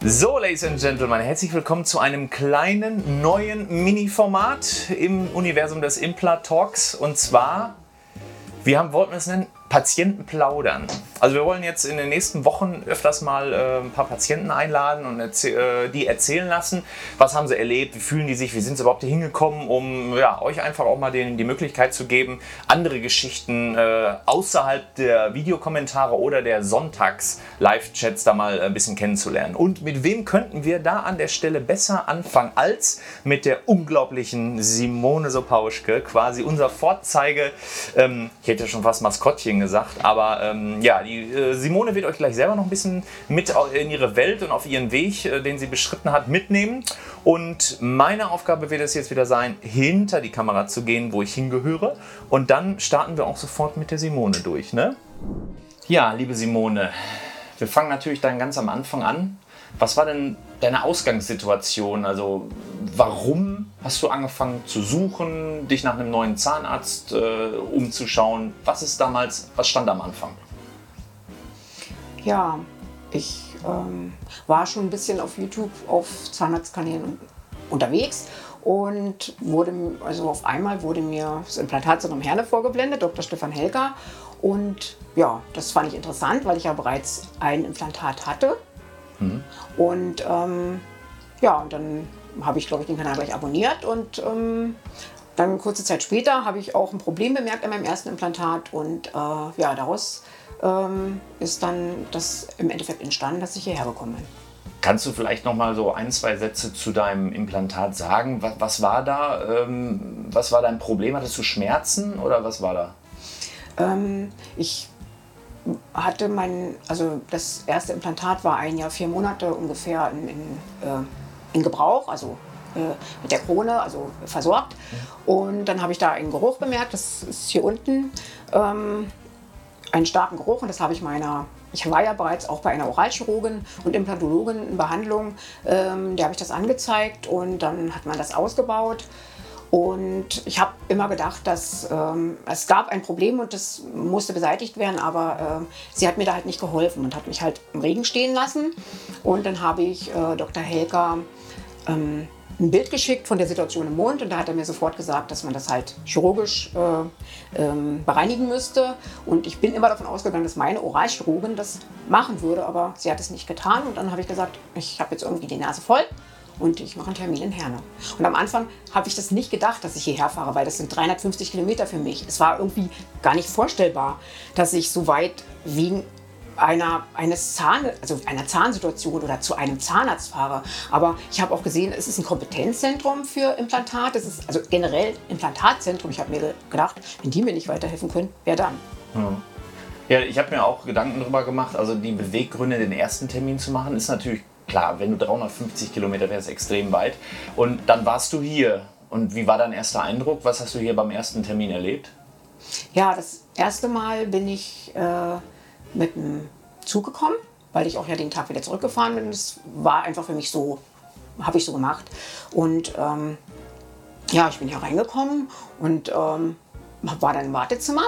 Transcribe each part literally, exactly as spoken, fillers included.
So, Ladies and Gentlemen, herzlich willkommen zu einem kleinen, neuen Mini-Format im Universum des Impla-Talks. Und zwar, wir haben, wollten es nennen, Patienten plaudern. Also wir wollen jetzt in den nächsten Wochen öfters mal äh, ein paar Patienten einladen und erzäh äh, die erzählen lassen, was haben sie erlebt, wie fühlen die sich, wie sind sie überhaupt hier hingekommen, um ja, euch einfach auch mal den, die Möglichkeit zu geben, andere Geschichten äh, außerhalb der Videokommentare oder der Sonntags-Live-Chats da mal ein bisschen kennenzulernen. Und mit wem könnten wir da an der Stelle besser anfangen als mit der unglaublichen Simone Sopauschke, quasi unser Vorzeige, ähm, ich hätte schon fast Maskottchen gesagt, aber ähm, ja, die äh, Simone wird euch gleich selber noch ein bisschen mit in ihre Welt und auf ihren Weg, äh, den sie beschritten hat, mitnehmen. Und meine Aufgabe wird es jetzt wieder sein, hinter die Kamera zu gehen, wo ich hingehöre. Und dann starten wir auch sofort mit der Simone durch, ne? Ja, liebe Simone, wir fangen natürlich dann ganz am Anfang an. Was war denn deine Ausgangssituation? Also warum hast du angefangen zu suchen, dich nach einem neuen Zahnarzt äh, umzuschauen? Was ist damals, was stand am Anfang? Ja, ich ähm, war schon ein bisschen auf YouTube, auf Zahnarztkanälen unterwegs und wurde, also auf einmal wurde mir das Implantatzentrum Herne vorgeblendet, Doktor Stefan Helker. Und ja, das fand ich interessant, weil ich ja bereits ein Implantat hatte. Mhm. Und ähm, ja, und dann habe ich, glaube ich, den Kanal gleich abonniert und ähm, dann kurze Zeit später habe ich auch ein Problem bemerkt an meinem ersten Implantat und äh, ja, daraus ähm, ist dann das im Endeffekt entstanden, dass ich hierher gekommen bin. Kannst du vielleicht noch mal so ein, zwei Sätze zu deinem Implantat sagen? Was, was war da? Ähm, was war dein Problem? Hattest du Schmerzen oder was war da? Ähm, ich hatte mein, also das erste Implantat war ein Jahr, vier Monate ungefähr in, in, äh, in Gebrauch, also äh, mit der Krone, also versorgt. Und dann habe ich da einen Geruch bemerkt, das ist hier unten, ähm, einen starken Geruch und das habe ich meiner, ich war ja bereits auch bei einer Oralchirurgin und Implantologin in Behandlung, ähm, der habe ich das angezeigt und dann hat man das ausgebaut. Und ich habe immer gedacht, dass ähm, es gab ein Problem und das musste beseitigt werden, aber äh, sie hat mir da halt nicht geholfen und hat mich halt im Regen stehen lassen. Und dann habe ich äh, Doktor Helker ähm, ein Bild geschickt von der Situation im Mund und da hat er mir sofort gesagt, dass man das halt chirurgisch äh, ähm, bereinigen müsste. Und ich bin immer davon ausgegangen, dass meine Oralchirurgin das machen würde, aber sie hat es nicht getan. Und dann habe ich gesagt, ich habe jetzt irgendwie die Nase voll. Und ich mache einen Termin in Herne. Und am Anfang habe ich das nicht gedacht, dass ich hierher fahre, weil das sind dreihundertfünfzig Kilometer für mich. Es war irgendwie gar nicht vorstellbar, dass ich so weit wegen einer, eines Zahn, also einer Zahnsituation oder zu einem Zahnarzt fahre. Aber ich habe auch gesehen, es ist ein Kompetenzzentrum für Implantat. Es ist also generell Implantatzentrum. Ich habe mir gedacht, wenn die mir nicht weiterhelfen können, wer dann? Hm. Ja, ich habe mir auch Gedanken darüber gemacht. Also die Beweggründe, den ersten Termin zu machen, ist natürlich klar, wenn du dreihundertfünfzig Kilometer wärst, extrem weit. Und dann warst du hier. Und wie war dein erster Eindruck? Was hast du hier beim ersten Termin erlebt? Ja, das erste Mal bin ich äh, mit dem Zug gekommen, weil ich auch ja den Tag wieder zurückgefahren bin. Das war einfach für mich so, habe ich so gemacht. Und ähm, ja, ich bin hier reingekommen und ähm, war dann im Wartezimmer.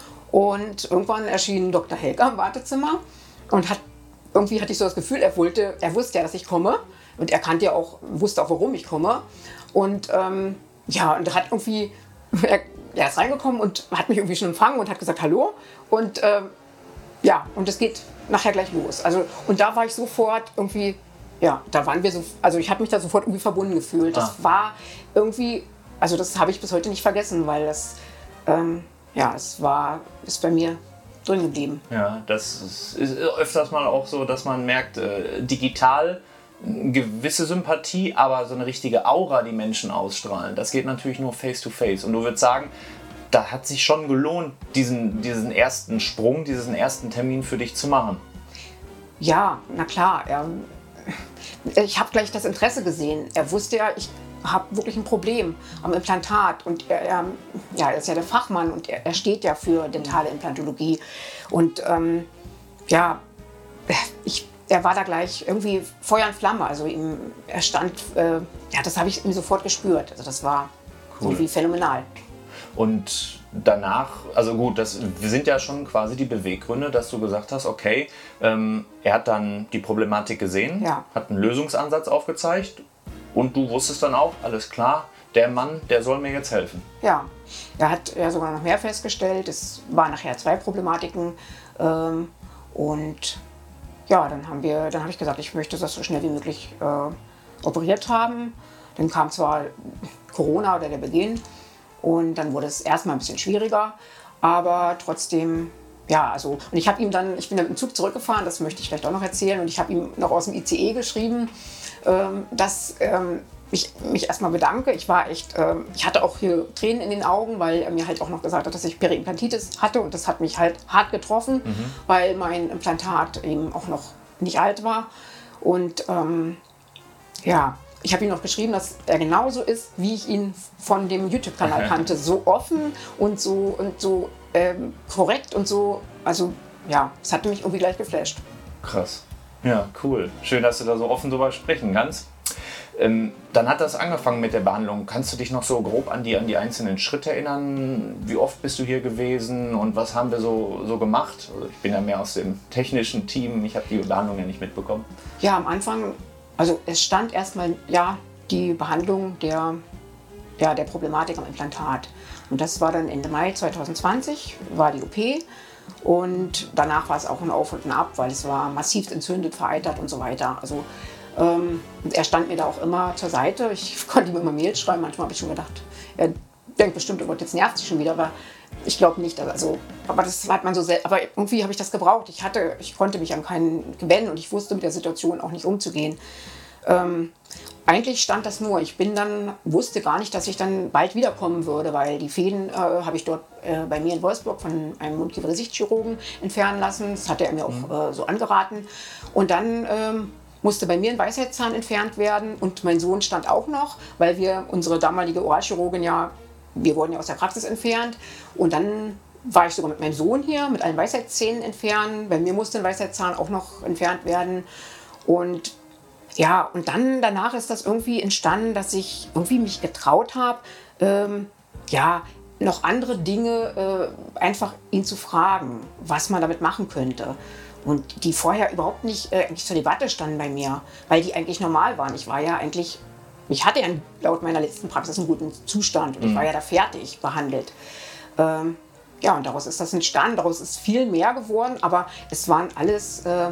Und irgendwann erschien Doktor Helker im Wartezimmer und hat irgendwie hatte ich so das Gefühl, er wollte, er wusste ja, dass ich komme und er kannte ja auch, wusste auch, warum ich komme. Und ähm, ja, und er hat irgendwie, er, er ist reingekommen und hat mich irgendwie schon empfangen und hat gesagt, hallo. Und ähm, ja, und es geht nachher gleich los. Also, und da war ich sofort irgendwie, ja, da waren wir so, also ich habe mich da sofort irgendwie verbunden gefühlt. Das ah. war irgendwie, also das habe ich bis heute nicht vergessen, weil das, ähm, ja, es war, ist bei mir drin geblieben. Ja, das ist öfters mal auch so, dass man merkt, äh, digital eine gewisse Sympathie, aber so eine richtige Aura, die Menschen ausstrahlen, das geht natürlich nur face to face. Und du würdest sagen, da hat sich schon gelohnt, diesen, diesen ersten Sprung, diesen ersten Termin für dich zu machen. Ja, na klar. Er, ich habe gleich das Interesse gesehen. Er wusste ja, ich habe wirklich ein Problem am Implantat und er, er, ja, er ist ja der Fachmann und er, er steht ja für dentale Implantologie und ähm, ja, ich, er war da gleich irgendwie Feuer und Flamme, also ihm, er stand, äh, ja, das habe ich ihm sofort gespürt, also das war cool. So wie phänomenal. Und danach, also gut, das sind ja schon quasi die Beweggründe, dass du gesagt hast, okay, ähm, er hat dann die Problematik gesehen, Ja. hat einen Lösungsansatz aufgezeigt und du wusstest dann auch, alles klar, der Mann, der soll mir jetzt helfen. Ja, er hat ja sogar noch mehr festgestellt. Es waren nachher zwei Problematiken. Ähm, und ja, dann haben wir, dann habe ich gesagt, ich möchte das so schnell wie möglich äh, operiert haben. Dann kam zwar Corona oder der Beginn und dann wurde es erstmal ein bisschen schwieriger, aber trotzdem, ja, also, und ich habe ihm dann, ich bin dann mit dem Zug zurückgefahren, das möchte ich vielleicht auch noch erzählen, und ich habe ihm noch aus dem I C E geschrieben, ähm, dass ähm, ich mich erstmal bedanke. Ich war echt, ähm, ich hatte auch hier Tränen in den Augen, weil er mir halt auch noch gesagt hat, dass ich Periimplantitis hatte, und das hat mich halt hart getroffen, mhm. weil mein Implantat eben auch noch nicht alt war. Und ähm, ja, ich habe ihm noch geschrieben, dass er genauso ist, wie ich ihn von dem YouTube-Kanal kannte. So offen und so, und so ähm, korrekt und so, also ja, es hatte mich irgendwie gleich geflasht. Krass. Ja, cool. Schön, dass du da so offen drüber sprechen kannst. Ähm, dann hat das angefangen mit der Behandlung. Kannst du dich noch so grob an die, an die einzelnen Schritte erinnern? Wie oft bist du hier gewesen und was haben wir so, so gemacht? Also ich bin ja mehr aus dem technischen Team, ich habe die Behandlung ja nicht mitbekommen. Ja, am Anfang, also es stand erstmal ja die Behandlung der, ja, der Problematik am Implantat. Und das war dann Ende Mai zwanzig zwanzig, war die O P. Und danach war es auch ein Auf und ein Ab, weil es war massiv entzündet, vereitert und so weiter. Also ähm, er stand mir da auch immer zur Seite. Ich konnte ihm immer Mails schreiben. Manchmal habe ich schon gedacht, er denkt bestimmt, oh Gott, jetzt nervt sich schon wieder. Aber ich glaube nicht. Also, aber das hat man so selten. Aber irgendwie habe ich das gebraucht. Ich hatte, ich konnte mich an keinen gewenden und ich wusste mit der Situation auch nicht umzugehen. Ähm, eigentlich stand das nur. Ich bin dann, wusste gar nicht, dass ich dann bald wiederkommen würde, weil die Fäden äh, habe ich dort äh, bei mir in Wolfsburg von einem Mundkiefer-Gesichtschirurgen entfernen lassen. Das hatte er mir auch mhm. äh, so angeraten. Und dann ähm, musste bei mir ein Weisheitszahn entfernt werden und mein Sohn stand auch noch, weil wir unsere damalige Oralchirurgin ja, wir wurden ja aus der Praxis entfernt. Und dann war ich sogar mit meinem Sohn hier, mit allen Weisheitszähnen entfernen. Bei mir musste ein Weisheitszahn auch noch entfernt werden. Und ja, und dann danach ist das irgendwie entstanden, dass ich irgendwie mich getraut habe, ähm, ja, noch andere Dinge äh, einfach ihn zu fragen, was man damit machen könnte. Und die vorher überhaupt nicht äh, eigentlich zur Debatte standen bei mir, weil die eigentlich normal waren. Ich war ja eigentlich, ich hatte ja laut meiner letzten Praxis einen guten Zustand und mhm. ich war ja da fertig behandelt. Ähm, ja, und daraus ist das entstanden, daraus ist viel mehr geworden, aber es waren alles... Äh,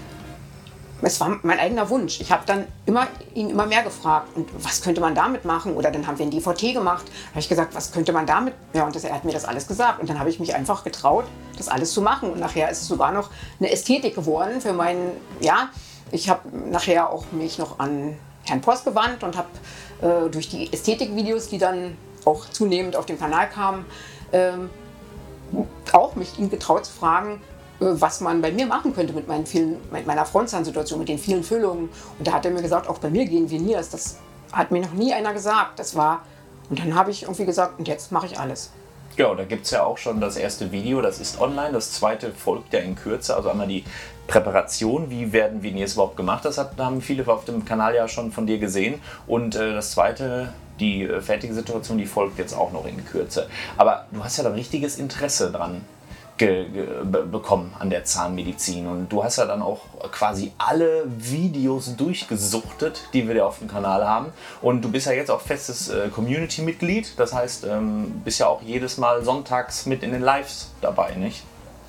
Es war mein eigener Wunsch. Ich habe dann immer, ihn immer mehr gefragt, und was könnte man damit machen? Oder dann haben wir ein D V T gemacht. Da habe ich gesagt, was könnte man damit? Ja, und das, er hat mir das alles gesagt. Und dann habe ich mich einfach getraut, das alles zu machen. Und nachher ist es sogar noch eine Ästhetik geworden für meinen, ja, ich habe nachher auch mich noch an Herrn Post gewandt und habe äh, durch die Ästhetikvideos, die dann auch zunehmend auf dem Kanal kamen, ähm, auch mich ihn getraut zu fragen, was man bei mir machen könnte mit, meinen vielen, mit meiner Frontzahnsituation, mit den vielen Füllungen. Und da hat er mir gesagt, auch bei mir gehen Veneers. Das hat mir noch nie einer gesagt. Das war, und dann habe ich irgendwie gesagt, und jetzt mache ich alles. Ja, da gibt es ja auch schon das erste Video, das ist online. Das zweite folgt ja in Kürze. Also einmal die Präparation, wie werden Veneers überhaupt gemacht. Das hat, haben viele auf dem Kanal ja schon von dir gesehen. Und äh, das zweite, die äh, fertige Situation, die folgt jetzt auch noch in Kürze. Aber du hast ja da richtiges Interesse dran Ge, ge, bekommen an der Zahnmedizin, und du hast ja dann auch quasi alle Videos durchgesuchtet, die wir da auf dem Kanal haben, und du bist ja jetzt auch festes äh, Community-Mitglied, das heißt, ähm, bist ja auch jedes Mal sonntags mit in den Lives dabei, nicht?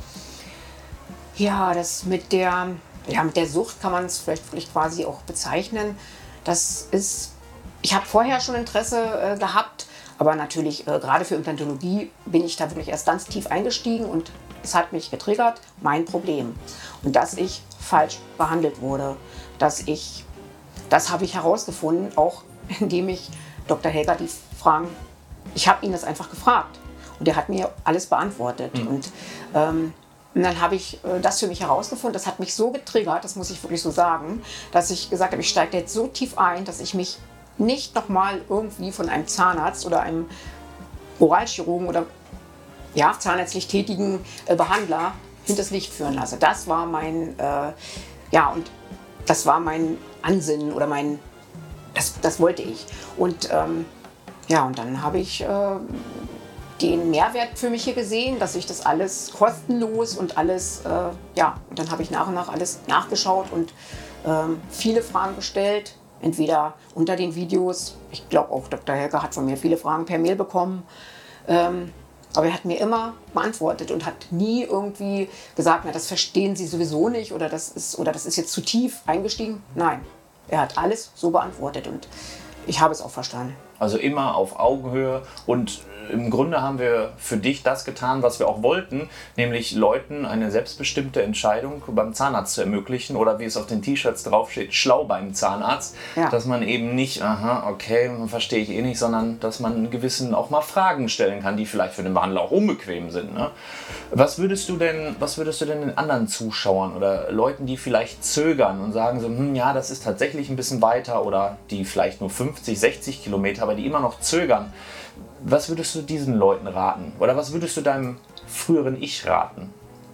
Ja, das mit der, ja, mit der Sucht kann man es vielleicht, vielleicht quasi auch bezeichnen. Das ist, ich habe vorher schon Interesse äh, gehabt, aber natürlich, äh, gerade für Implantologie bin ich da wirklich erst ganz tief eingestiegen, und es hat mich getriggert, mein Problem. Und dass ich falsch behandelt wurde, dass ich, das habe ich herausgefunden, auch indem ich Doktor Helger die Fragen, ich habe ihn das einfach gefragt und er hat mir alles beantwortet. Mhm. Und, ähm, und dann habe ich äh, das für mich herausgefunden, das hat mich so getriggert, das muss ich wirklich so sagen, dass ich gesagt habe, ich steige jetzt so tief ein, dass ich mich nicht nochmal irgendwie von einem Zahnarzt oder einem Oralchirurgen oder ja, zahnärztlich tätigen äh, Behandler hinters Licht führen lasse. Das war mein, äh, ja, und das war mein Ansinnen oder mein, das, das wollte ich. Und ähm, ja, und dann habe ich äh, den Mehrwert für mich hier gesehen, dass ich das alles kostenlos und alles, äh, ja, und dann habe ich nach und nach alles nachgeschaut und ähm, viele Fragen gestellt, entweder unter den Videos, ich glaube auch Doktor Helger hat von mir viele Fragen per Mail bekommen, ähm, aber er hat mir immer beantwortet und hat nie irgendwie gesagt, na, das verstehen Sie sowieso nicht oder das ist, oder das ist jetzt zu tief eingestiegen. Nein, er hat alles so beantwortet und ich habe es auch verstanden. Also immer auf Augenhöhe und im Grunde haben wir für dich das getan, was wir auch wollten, nämlich Leuten eine selbstbestimmte Entscheidung beim Zahnarzt zu ermöglichen oder wie es auf den T-Shirts draufsteht, schlau beim Zahnarzt, ja. Dass man eben nicht, aha, okay, verstehe ich eh nicht, sondern dass man gewissen auch mal Fragen stellen kann, die vielleicht für den Behandler auch unbequem sind. Ne? Was würdest du denn, was würdest du denn den anderen Zuschauern oder Leuten, die vielleicht zögern und sagen so, hm, ja, das ist tatsächlich ein bisschen weiter oder die vielleicht nur fünfzig, sechzig Kilometer, aber die immer noch zögern, was würdest du diesen Leuten raten? Oder was würdest du deinem früheren Ich raten?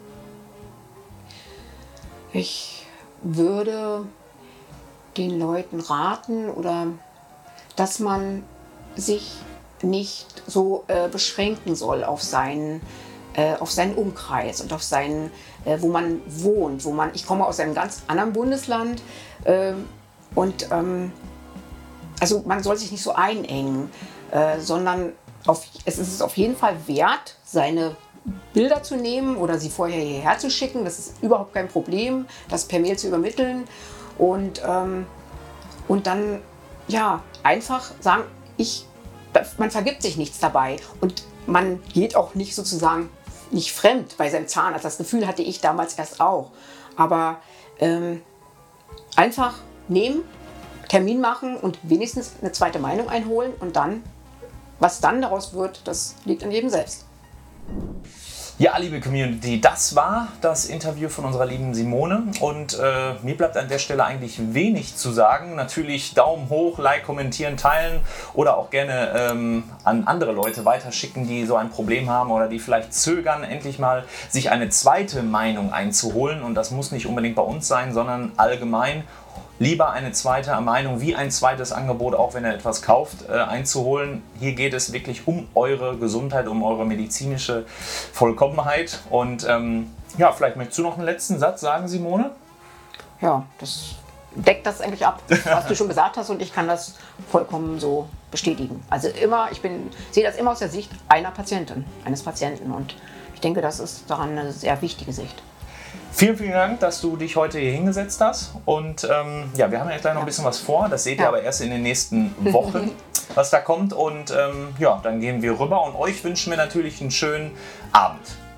Ich würde den Leuten raten, oder dass man sich nicht so äh, beschränken soll auf seinen, äh, auf seinen Umkreis und auf seinen, äh, wo man wohnt. Wo man, ich komme aus einem ganz anderen Bundesland äh, und ähm, also man soll sich nicht so einengen, äh, sondern auf, es ist es auf jeden Fall wert, seine Bilder zu nehmen oder sie vorher hierher zu schicken. Das ist überhaupt kein Problem, das per Mail zu übermitteln und, ähm, und dann ja, einfach sagen, ich, man vergibt sich nichts dabei und man geht auch nicht sozusagen nicht fremd bei seinem Zahnarzt. Das Gefühl hatte ich damals erst auch. Aber ähm, einfach nehmen, Termin machen und wenigstens eine zweite Meinung einholen und dann, was dann daraus wird, das liegt an jedem selbst. Ja, liebe Community, das war das Interview von unserer lieben Simone und äh, mir bleibt an der Stelle eigentlich wenig zu sagen. Natürlich Daumen hoch, Like, kommentieren, teilen oder auch gerne ähm, an andere Leute weiterschicken, die so ein Problem haben oder die vielleicht zögern, endlich mal sich eine zweite Meinung einzuholen, und das muss nicht unbedingt bei uns sein, sondern allgemein. Lieber eine zweite Meinung wie ein zweites Angebot, auch wenn ihr etwas kauft, äh, einzuholen. Hier geht es wirklich um eure Gesundheit, um eure medizinische Vollkommenheit. Und ähm, ja, vielleicht möchtest du noch einen letzten Satz sagen, Simone? Ja, das deckt das eigentlich ab, was du schon gesagt hast, und ich kann das vollkommen so bestätigen. Also immer, ich bin, sehe das immer aus der Sicht einer Patientin, eines Patienten, und ich denke, das ist daran eine sehr wichtige Sicht. Vielen, vielen Dank, dass du dich heute hier hingesetzt hast. Und ähm, ja, wir haben ja gleich noch ein bisschen was vor. Das seht ihr ja aber erst in den nächsten Wochen, was da kommt. Und ähm, ja, dann gehen wir rüber und euch wünschen wir natürlich einen schönen Abend.